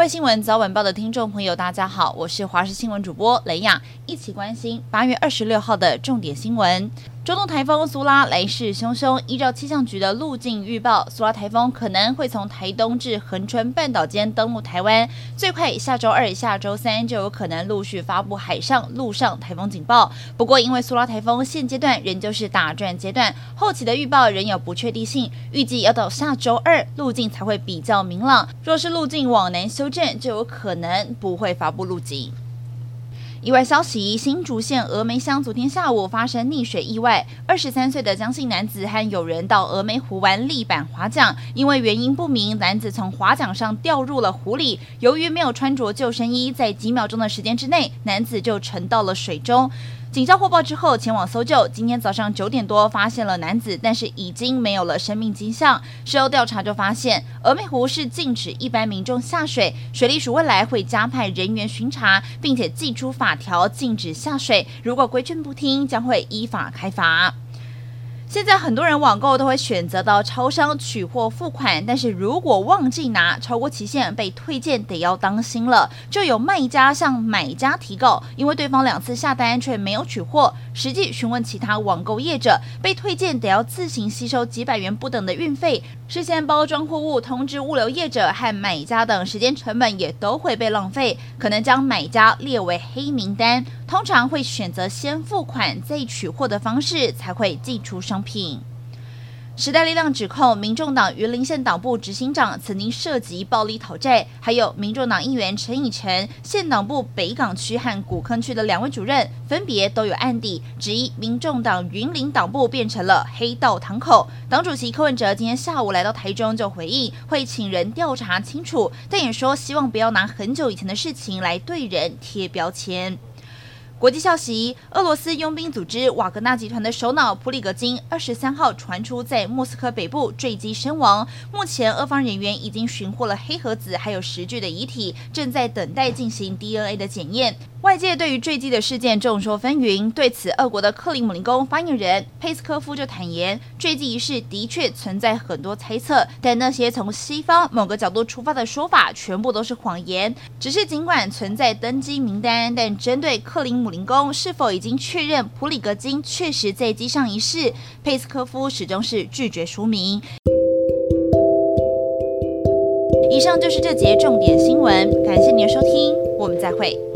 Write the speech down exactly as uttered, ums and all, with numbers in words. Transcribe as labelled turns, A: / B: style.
A: 位新闻早晚报的听众朋友大家好，我是华视新闻主播雷雅，一起关心八月二十六号的重点新闻。中度台风苏拉来势汹汹，依照气象局的路径预报，苏拉台风可能会从台东至恒春半岛间登陆台湾，最快下周二、下周三就有可能陆续发布海上、陆上台风警报。不过，因为苏拉台风现阶段仍旧是打转阶段，后期的预报仍有不确定性，预计要到下周二路径才会比较明朗。若是路径往南修正，就有可能不会发布路径。意外消息，新竹县峨眉乡昨天下午发生溺水意外，二十三岁的江姓男子和友人到峨眉湖玩立板划桨，因为原因不明，男子从划桨上掉入了湖里，由于没有穿着救生衣，在几秒钟的时间之内，男子就沉到了水中。警消获报之后前往搜救，今天早上九点多发现了男子，但是已经没有了生命迹象。事后调查就发现，峨眉湖是禁止一般民众下水，水利署未来会加派人员巡查，并且祭出法条禁止下水，如果规劝不听，将会依法开罚。现在很多人网购都会选择到超商取货付款，但是如果忘记拿，超过期限被退件，得要当心了。就有卖家向买家提告，因为对方两次下单却没有取货，实际询问其他网购业者，被退件得要自行吸收几百元不等的运费，事先包装货物通知物流业者和买家等，时间成本也都会被浪费，可能将买家列为黑名单。通常会选择先付款再取货的方式，才会寄出商品。时代力量指控民众党云林县党部执行长曾经涉及暴力讨债，还有民众党议员陈以诚、县党部北港区和古坑区的两位主任分别都有案底，质疑民众党云林党部变成了黑道堂口。党主席柯文哲今天下午来到台中就回应，会请人调查清楚，但也说希望不要拿很久以前的事情来对人贴标签。国际消息，俄罗斯佣兵组织瓦格纳集团的首脑普里格金二十三号传出在莫斯科北部坠机身亡，目前俄方人员已经寻获了黑盒子还有十具的遗体，正在等待进行 D N A 的检验。外界对于坠机的事件众说纷纭，对此俄国的克里姆林宫发言人佩斯科夫就坦言，坠机一事的确存在很多猜测，但那些从西方某个角度出发的说法全部都是谎言。只是尽管存在登机名单，但针对克里姆林宫是否已经确认普里格金确实在机上一事，佩斯科夫始终是拒绝说明。以上就是这节重点新闻，感谢您的收听，我们再会。